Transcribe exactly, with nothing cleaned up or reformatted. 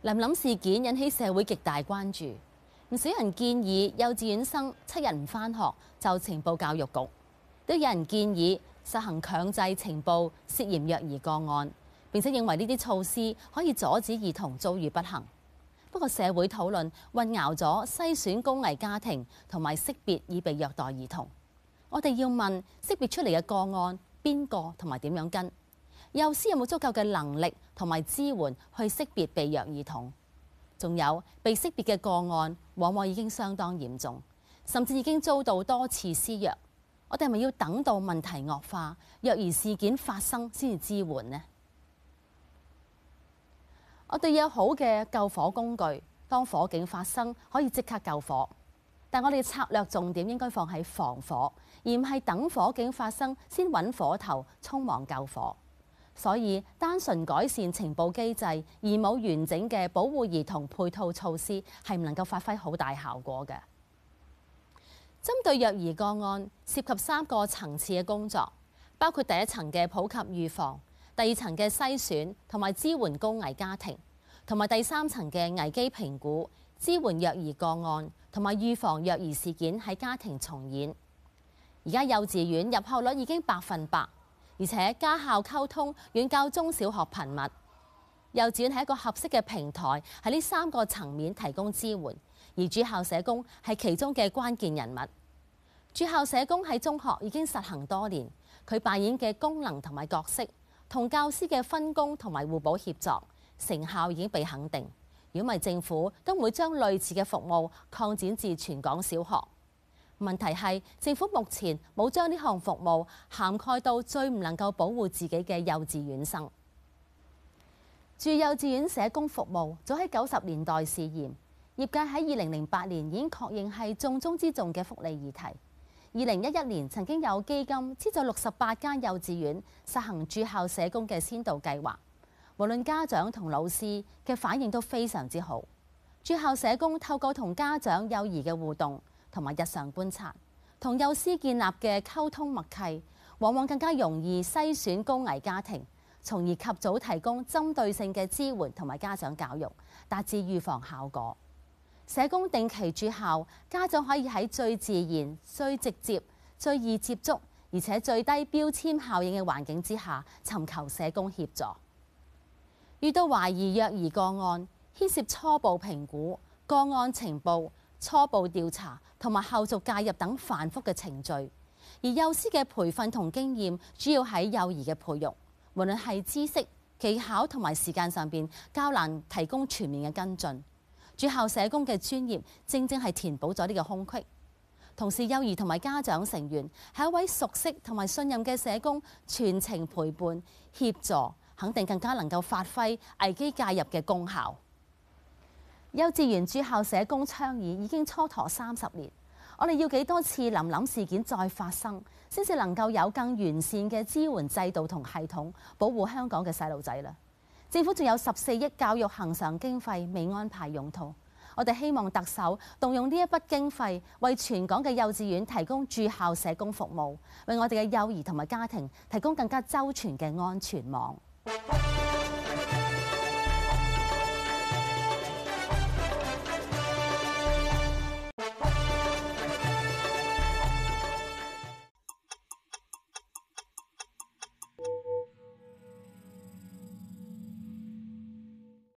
林林事件引起社會極大關注，唔少人建議幼稚園生七日唔返學就呈報教育局，都有人建議實行強制呈報涉嫌虐兒個案，並且認為呢啲措施可以阻止兒童遭遇不幸。不過社會討論混淆咗篩選高危家庭同埋識別已被虐待兒童。我哋要問識別出嚟嘅個案邊個同埋點樣跟？幼師有冇足夠嘅能力同埋支援去識別被虐兒童？仲有被識別嘅個案往往已經相當嚴重，甚至已經遭到多次施虐。我哋係咪要等到問題惡化、虐兒事件發生先至支援呢？我哋有好嘅救火工具，當火警發生可以即刻救火。但我哋策略重點應該放喺防火，而唔係等火警發生先揾火頭匆忙救火。所以單純改善呈報機制，而冇完整嘅保護兒童配套措施，係唔能夠發揮好大效果嘅。針對虐兒個案，涉及三個層次嘅工作，包括第一層嘅普及預防，第二層嘅篩選同埋支援高危家庭，同埋第三層嘅危機評估，支援虐兒個案同埋預防虐兒事件喺家庭重演。而家幼稚園入學率已經百分百。而且家校溝通遠較中小學頻密，幼稚園係一個合適嘅平台，喺呢三個層面提供支援，而駐校社工係其中嘅關鍵人物。駐校社工喺中學已經實行多年，佢扮演嘅功能同埋角色，同教師嘅分工同埋互補協作，成效已經被肯定。如果唔係政府，都唔會將類似嘅服務擴展至全港小學。問題係政府目前冇將呢項服務涵蓋到最唔能夠保護自己嘅幼稚園生。駐幼稚園社工服務早喺九十年代試驗，業界喺二零零八年已經確認係重中之重嘅福利議題。二零一一年曾經有基金資助六十八間幼稚園實行駐校社工嘅先導計劃，無論家長同老師嘅反應都非常之好。駐校社工透過同家長幼兒嘅互動同埋日常觀察，同幼師建立嘅溝通默契，往往更加容易篩選高危家庭，從而及早提供針對性嘅支援同埋家長教育，達至預防效果。社工定期駐校，家長可以喺最自然、最直接、最易接觸，而且最低標籤效應嘅環境之下，尋求社工協助。遇到懷疑虐兒個案，牽涉初步評估、個案呈報、初步調查同埋後續介入等繁複嘅程序，而幼師嘅培訓同經驗主要喺幼兒嘅培育，無論係知識、技巧同埋時間上邊較難提供全面嘅跟進。駐校社工嘅專業正正係填補咗呢個空隙。同時，幼兒同埋家長成員係一位熟悉同埋信任嘅社工，全程陪伴協助，肯定更加能夠發揮危機介入嘅功效。幼稚園駐校社工倡議已經蹉跎三十年，我哋要幾多次林林事件再發生，先至能夠有更完善嘅支援制度同系統，保護香港嘅細路仔啦。政府仲有十四億教育恆常經費未安排用途，我哋希望特首動用呢一筆經費，為全港嘅幼稚園提供駐校社工服務，為我哋嘅幼兒同埋家庭提供更加周全嘅安全網。